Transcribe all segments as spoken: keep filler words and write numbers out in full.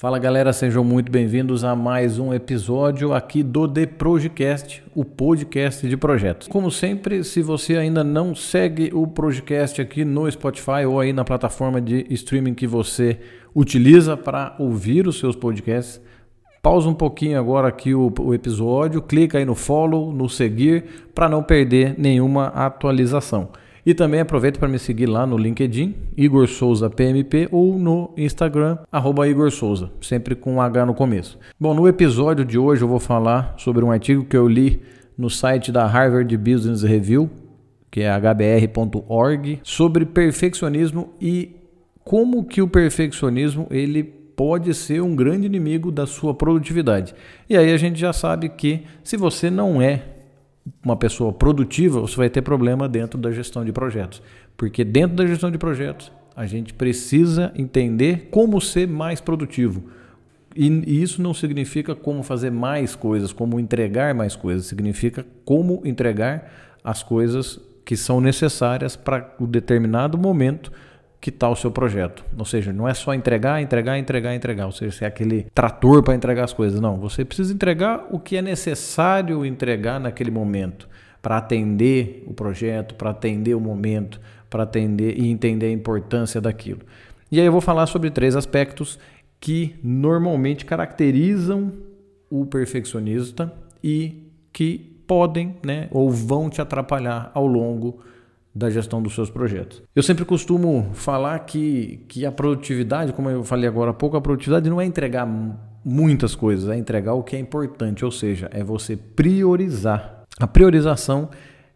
Fala galera, sejam muito bem-vindos a mais um episódio aqui do The Projecast, o podcast de projetos. Como sempre, se você ainda não segue o Projecast aqui no Spotify ou aí na plataforma de streaming que você utiliza para ouvir os seus podcasts, pausa um pouquinho agora aqui o, o episódio, clica aí no follow, no seguir, para não perder nenhuma atualização. E também aproveita para me seguir lá no LinkedIn, Igor Souza P M P, ou no Instagram, arroba Igor Souza, sempre com um H no começo. Bom, no episódio de hoje eu vou falar sobre um artigo que eu li no site da Harvard Business Review, que é h b r ponto org, sobre perfeccionismo e como que o perfeccionismo ele pode ser um grande inimigo da sua produtividade. E aí a gente já sabe que se você não é uma pessoa produtiva, você vai ter problema dentro da gestão de projetos. Porque dentro da gestão de projetos, a gente precisa entender como ser mais produtivo. E isso não significa como fazer mais coisas, como entregar mais coisas. Significa como entregar as coisas que são necessárias para o determinado momento que está o seu projeto. Ou seja, não é só entregar, entregar, entregar, entregar. Ou seja, ser aquele trator para entregar as coisas. Não, você precisa entregar o que é necessário entregar naquele momento para atender o projeto, para atender o momento, para atender e entender a importância daquilo. E aí eu vou falar sobre três aspectos que normalmente caracterizam o perfeccionista e que podem, né, ou vão te atrapalhar ao longo da gestão dos seus projetos. Eu sempre costumo falar que, que a produtividade, como eu falei agora há pouco, a produtividade não é entregar muitas coisas, é entregar o que é importante, ou seja, é você priorizar. A priorização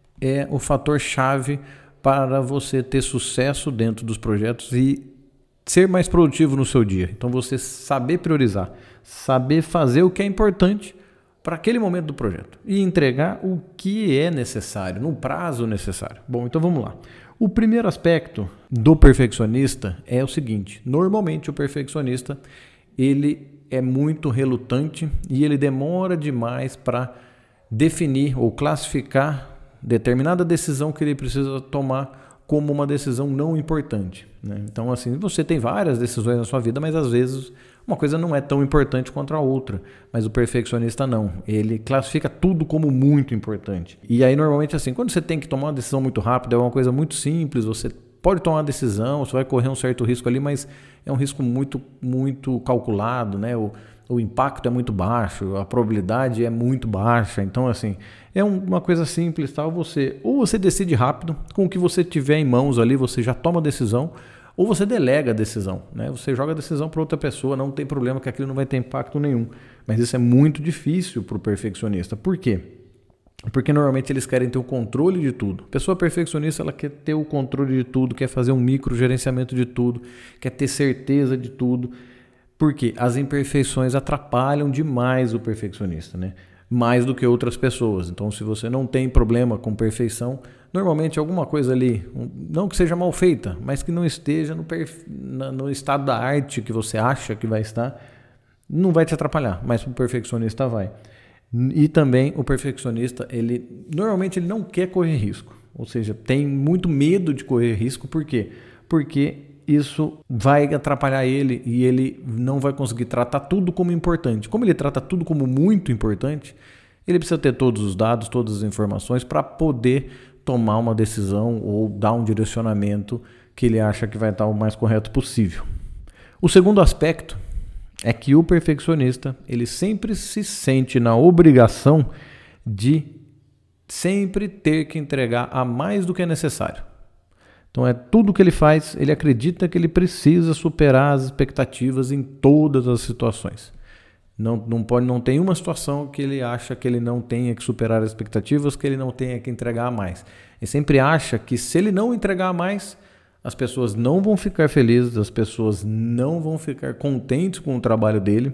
é o fator chave para você ter sucesso dentro dos projetos e ser mais produtivo no seu dia. Então você saber priorizar, saber fazer o que é importante para aquele momento do projeto e entregar o que é necessário, no prazo necessário. Bom, então vamos lá. O primeiro aspecto do perfeccionista é o seguinte: normalmente o perfeccionista ele é muito relutante e ele demora demais para definir ou classificar determinada decisão que ele precisa tomar como uma decisão não importante, né? Então, assim, você tem várias decisões na sua vida, mas às vezes uma coisa não é tão importante quanto a outra. Mas o perfeccionista não. Ele classifica tudo como muito importante. E aí, normalmente, assim, quando você tem que tomar uma decisão muito rápida, é uma coisa muito simples, você pode tomar uma decisão, você vai correr um certo risco ali, mas é um risco muito, muito calculado, né? O, o impacto é muito baixo, a probabilidade é muito baixa. Então, assim, é uma coisa simples, tal. Você, ou você decide rápido, com o que você tiver em mãos ali, você já toma a decisão, ou você delega a decisão, né? Você joga a decisão para outra pessoa, não tem problema que aquilo não vai ter impacto nenhum. Mas isso é muito difícil para o perfeccionista. Por quê? Porque normalmente eles querem ter o controle de tudo. A pessoa perfeccionista, ela quer ter o controle de tudo, quer fazer um micro gerenciamento de tudo, quer ter certeza de tudo. Porque as imperfeições atrapalham demais o perfeccionista, né? Mais do que outras pessoas. Então, se você não tem problema com perfeição, normalmente alguma coisa ali, não que seja mal feita, mas que não esteja no, perfe... no estado da arte que você acha que vai estar, não vai te atrapalhar, mas o perfeccionista vai. E também o perfeccionista, ele normalmente ele não quer correr risco, ou seja, tem muito medo de correr risco. Por quê? Porque isso vai atrapalhar ele e ele não vai conseguir tratar tudo como importante. Como ele trata tudo como muito importante, ele precisa ter todos os dados, todas as informações para poder tomar uma decisão ou dar um direcionamento que ele acha que vai estar o mais correto possível. O segundo aspecto é que o perfeccionista ele sempre se sente na obrigação de sempre ter que entregar a mais do que é necessário. Então é tudo que ele faz, ele acredita que ele precisa superar as expectativas em todas as situações. Não, não, pode, não tem uma situação que ele acha que ele não tenha que superar as expectativas, que ele não tenha que entregar mais. Ele sempre acha que se ele não entregar mais, as pessoas não vão ficar felizes, as pessoas não vão ficar contentes com o trabalho dele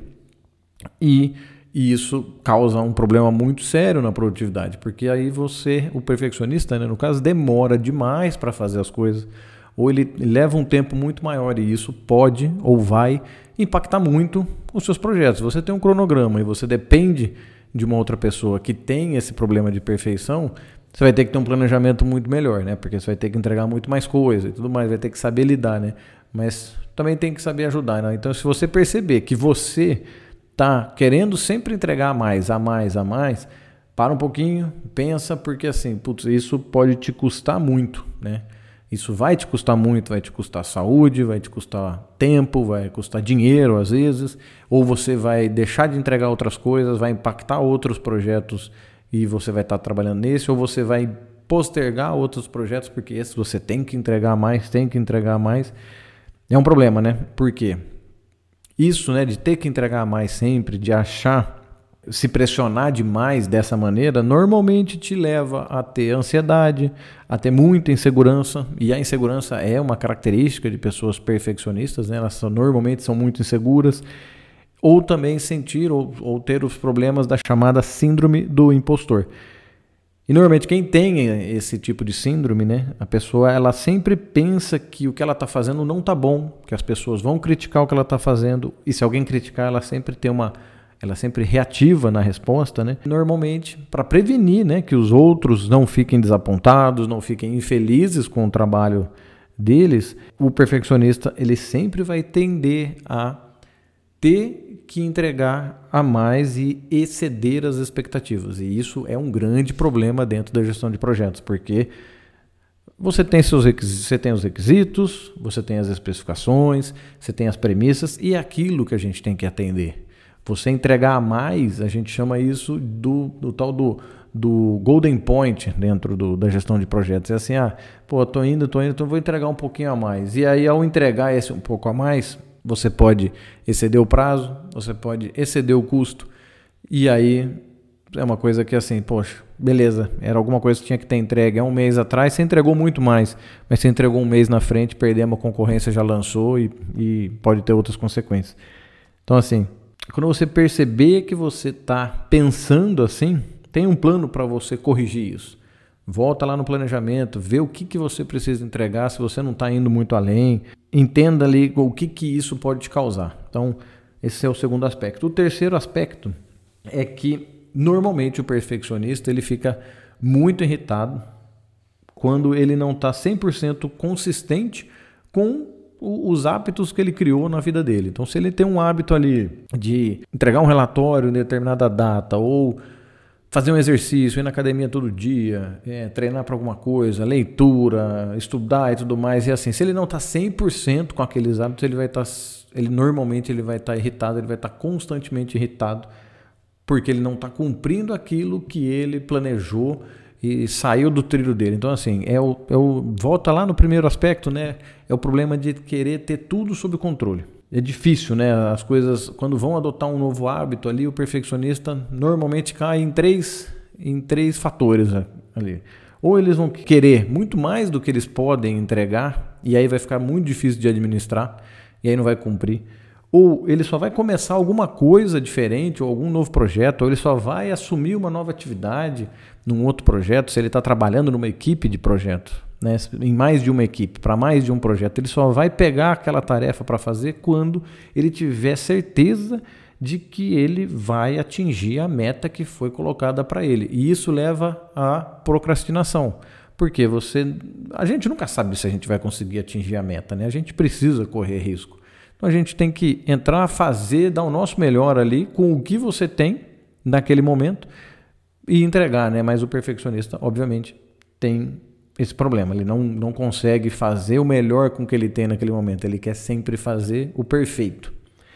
e E isso causa um problema muito sério na produtividade, porque aí você, o perfeccionista, né, no caso, demora demais para fazer as coisas, ou ele leva um tempo muito maior e isso pode ou vai impactar muito os seus projetos. Você tem um cronograma e você depende de uma outra pessoa que tem esse problema de perfeição, você vai ter que ter um planejamento muito melhor, né? Porque você vai ter que entregar muito mais coisa e tudo mais, vai ter que saber lidar, né? Mas também tem que saber ajudar, né? Então, se você perceber que você está querendo sempre entregar a mais, a mais, a mais, para um pouquinho, pensa, porque assim, putz, isso pode te custar muito, né? Isso vai te custar muito, vai te custar saúde, vai te custar tempo, vai custar dinheiro às vezes, ou você vai deixar de entregar outras coisas, vai impactar outros projetos e você vai estar trabalhando nesse, ou você vai postergar outros projetos, porque esse você tem que entregar mais, tem que entregar mais. É um problema, né? Por quê? Isso, né, de ter que entregar mais sempre, de achar, se pressionar demais dessa maneira, normalmente te leva a ter ansiedade, a ter muita insegurança, e a insegurança é uma característica de pessoas perfeccionistas, né? Elas são, normalmente são muito inseguras, ou também sentir ou, ou ter os problemas da chamada síndrome do impostor. E normalmente quem tem esse tipo de síndrome, né, a pessoa ela sempre pensa que o que ela está fazendo não está bom, que as pessoas vão criticar o que ela está fazendo, e se alguém criticar, ela sempre tem uma, ela sempre reativa na resposta, né? Normalmente para prevenir, né, que os outros não fiquem desapontados, não fiquem infelizes com o trabalho deles, o perfeccionista ele sempre vai tender a ter que entregar a mais e exceder as expectativas. E isso é um grande problema dentro da gestão de projetos, porque você tem, seus requisitos, você tem os requisitos, você tem as especificações, você tem as premissas e é aquilo que a gente tem que atender. Você entregar a mais, a gente chama isso do, do tal do, do golden point dentro do, da gestão de projetos. É assim, ah, pô, tô indo, tô indo, então vou entregar um pouquinho a mais. E aí, ao entregar esse um pouco a mais, você pode exceder o prazo, você pode exceder o custo, e aí é uma coisa que assim, poxa, beleza, era alguma coisa que tinha que ter entregue há um mês atrás, você entregou muito mais, mas você entregou um mês na frente, perdemos, a concorrência já lançou e, e pode ter outras consequências. Então assim, quando você perceber que você está pensando assim, tem um plano para você corrigir isso. Volta lá no planejamento, vê o que, que você precisa entregar, se você não está indo muito além, entenda ali o que, que isso pode te causar. Então, esse é o segundo aspecto. O terceiro aspecto é que, normalmente, o perfeccionista ele fica muito irritado quando ele não está cem por cento consistente com os hábitos que ele criou na vida dele. Então, se ele tem um hábito ali de entregar um relatório em determinada data ou fazer um exercício, ir na academia todo dia, é, treinar para alguma coisa, leitura, estudar e tudo mais, e assim, se ele não está cem por cento com aqueles hábitos, ele vai estar, ele normalmente ele vai estar irritado, ele vai estar constantemente irritado, porque ele não está cumprindo aquilo que ele planejou e saiu do trilho dele. Então assim, é o, é o, volta lá no primeiro aspecto, né? É o problema de querer ter tudo sob controle. É difícil, né? As coisas, quando vão adotar um novo hábito ali, o perfeccionista normalmente cai em três, em três fatores ali. Ou eles vão querer muito mais do que eles podem entregar, e aí vai ficar muito difícil de administrar, e aí não vai cumprir. Ou ele só vai começar alguma coisa diferente, ou algum novo projeto, ou ele só vai assumir uma nova atividade num outro projeto, se ele está trabalhando numa equipe de projeto, né, em mais de uma equipe, para mais de um projeto, ele só vai pegar aquela tarefa para fazer quando ele tiver certeza de que ele vai atingir a meta que foi colocada para ele. E isso leva à procrastinação. Porque você, a gente nunca sabe se a gente vai conseguir atingir a meta, né? A gente precisa correr risco. Então a gente tem que entrar, fazer, dar o nosso melhor ali com o que você tem naquele momento e entregar, né? Mas o perfeccionista, obviamente, tem esse problema. Ele não, não consegue fazer o melhor com o que ele tem naquele momento. Ele quer sempre fazer o perfeito.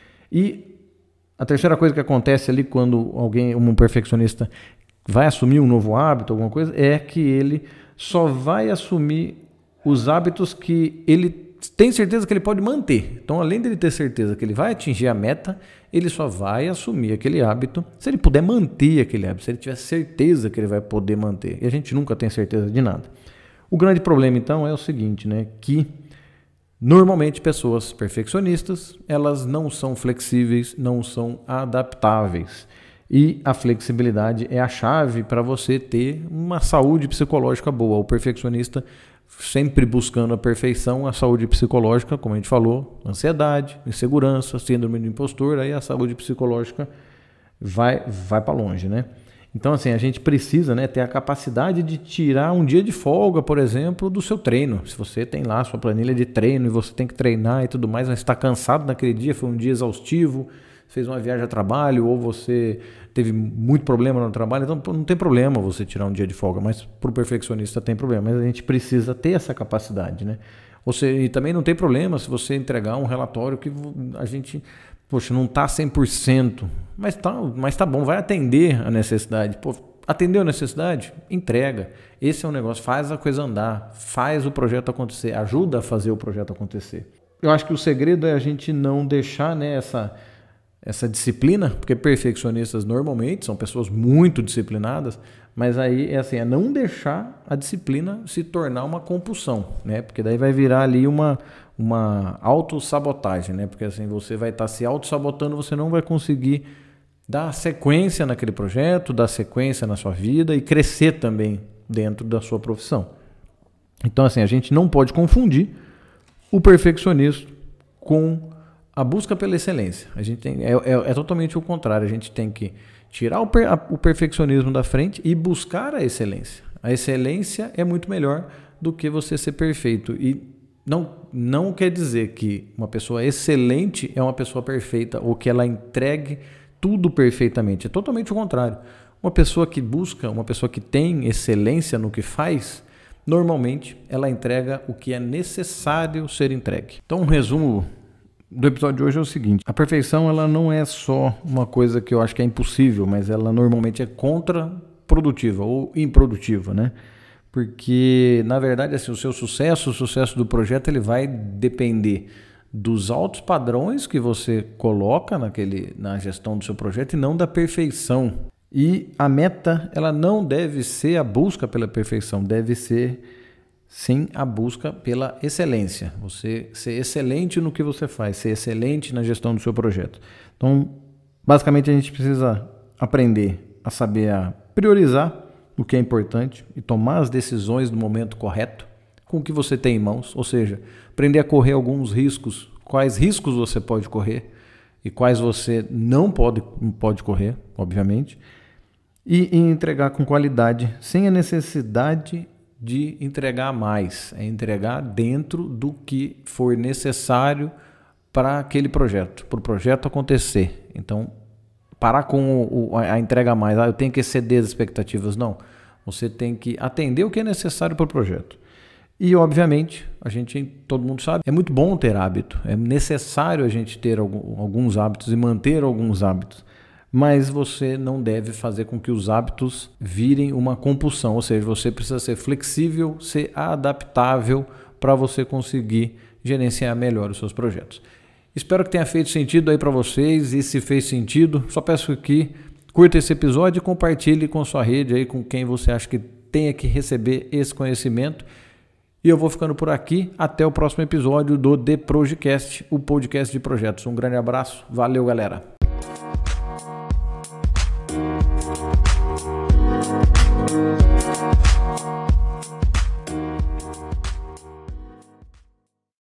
E a terceira coisa que acontece ali quando alguém, um perfeccionista vai assumir um novo hábito, alguma coisa, é que ele só vai assumir os hábitos que ele tem certeza que ele pode manter. Então, além dele ter certeza que ele vai atingir a meta, ele só vai assumir aquele hábito se ele puder manter aquele hábito, se ele tiver certeza que ele vai poder manter. E a gente nunca tem certeza de nada. O grande problema, então, é o seguinte, né? Que normalmente pessoas perfeccionistas, elas não são flexíveis, não são adaptáveis. E a flexibilidade é a chave para você ter uma saúde psicológica boa. O perfeccionista sempre buscando a perfeição, a saúde psicológica, como a gente falou, ansiedade, insegurança, síndrome do impostor, aí a saúde psicológica vai, vai para longe, né? Então, assim, a gente precisa, né, ter a capacidade de tirar um dia de folga, por exemplo, do seu treino. Se você tem lá a sua planilha de treino e você tem que treinar e tudo mais, mas está cansado naquele dia, foi um dia exaustivo, fez uma viagem a trabalho ou você teve muito problema no trabalho, então não tem problema você tirar um dia de folga, mas para o perfeccionista tem problema. Mas a gente precisa ter essa capacidade, né? Você, e também não tem problema se você entregar um relatório que a gente, poxa, não está cem por cento, mas tá, mas tá bom, vai atender a necessidade. Pô, atendeu a necessidade? Entrega. Esse é um negócio, faz a coisa andar, faz o projeto acontecer, ajuda a fazer o projeto acontecer. Eu acho que o segredo é a gente não deixar, né, essa, essa disciplina, porque perfeccionistas normalmente são pessoas muito disciplinadas, mas aí é assim, é não deixar a disciplina se tornar uma compulsão, né? Porque daí vai virar ali uma, uma autossabotagem, né? Porque assim, você vai estar se autossabotando, você não vai conseguir dar sequência naquele projeto, dar sequência na sua vida e crescer também dentro da sua profissão. Então assim, a gente não pode confundir o perfeccionismo com a busca pela excelência. A gente tem, é, é, é totalmente o contrário, a gente tem que tirar o, per, a, o perfeccionismo da frente e buscar a excelência. A excelência é muito melhor do que você ser perfeito. E não, não quer dizer que uma pessoa excelente é uma pessoa perfeita ou que ela entregue tudo perfeitamente. É totalmente o contrário. Uma pessoa que busca, uma pessoa que tem excelência no que faz, normalmente ela entrega o que é necessário ser entregue. Então, um resumo do episódio de hoje é o seguinte: a perfeição ela não é só uma coisa que eu acho que é impossível, mas ela normalmente é contraprodutiva ou improdutiva, né? Porque, na verdade, assim, o seu sucesso, o sucesso do projeto, ele vai depender dos altos padrões que você coloca naquele, na gestão do seu projeto e não da perfeição. E a meta, ela não deve ser a busca pela perfeição, deve ser sim a busca pela excelência. Você ser excelente no que você faz, ser excelente na gestão do seu projeto. Então, basicamente a gente precisa aprender a saber a priorizar o que é importante e tomar as decisões no momento correto com o que você tem em mãos, ou seja, aprender a correr alguns riscos, quais riscos você pode correr e quais você não pode, pode correr, obviamente, e, e entregar com qualidade, sem a necessidade de entregar mais, é entregar dentro do que for necessário para aquele projeto, para o projeto acontecer. Então, parar com o, a entrega a mais, ah, eu tenho que exceder as expectativas, não. Você tem que atender o que é necessário para o projeto. E, obviamente, a gente, todo mundo sabe, é muito bom ter hábito, é necessário a gente ter alguns hábitos e manter alguns hábitos. Mas você não deve fazer com que os hábitos virem uma compulsão, ou seja, você precisa ser flexível, ser adaptável para você conseguir gerenciar melhor os seus projetos. Espero que tenha feito sentido aí para vocês, e se fez sentido, só peço que curta esse episódio e compartilhe com sua rede aí, com quem você acha que tenha que receber esse conhecimento. E eu vou ficando por aqui, até o próximo episódio do The Projecast, o podcast de projetos. Um grande abraço, valeu galera!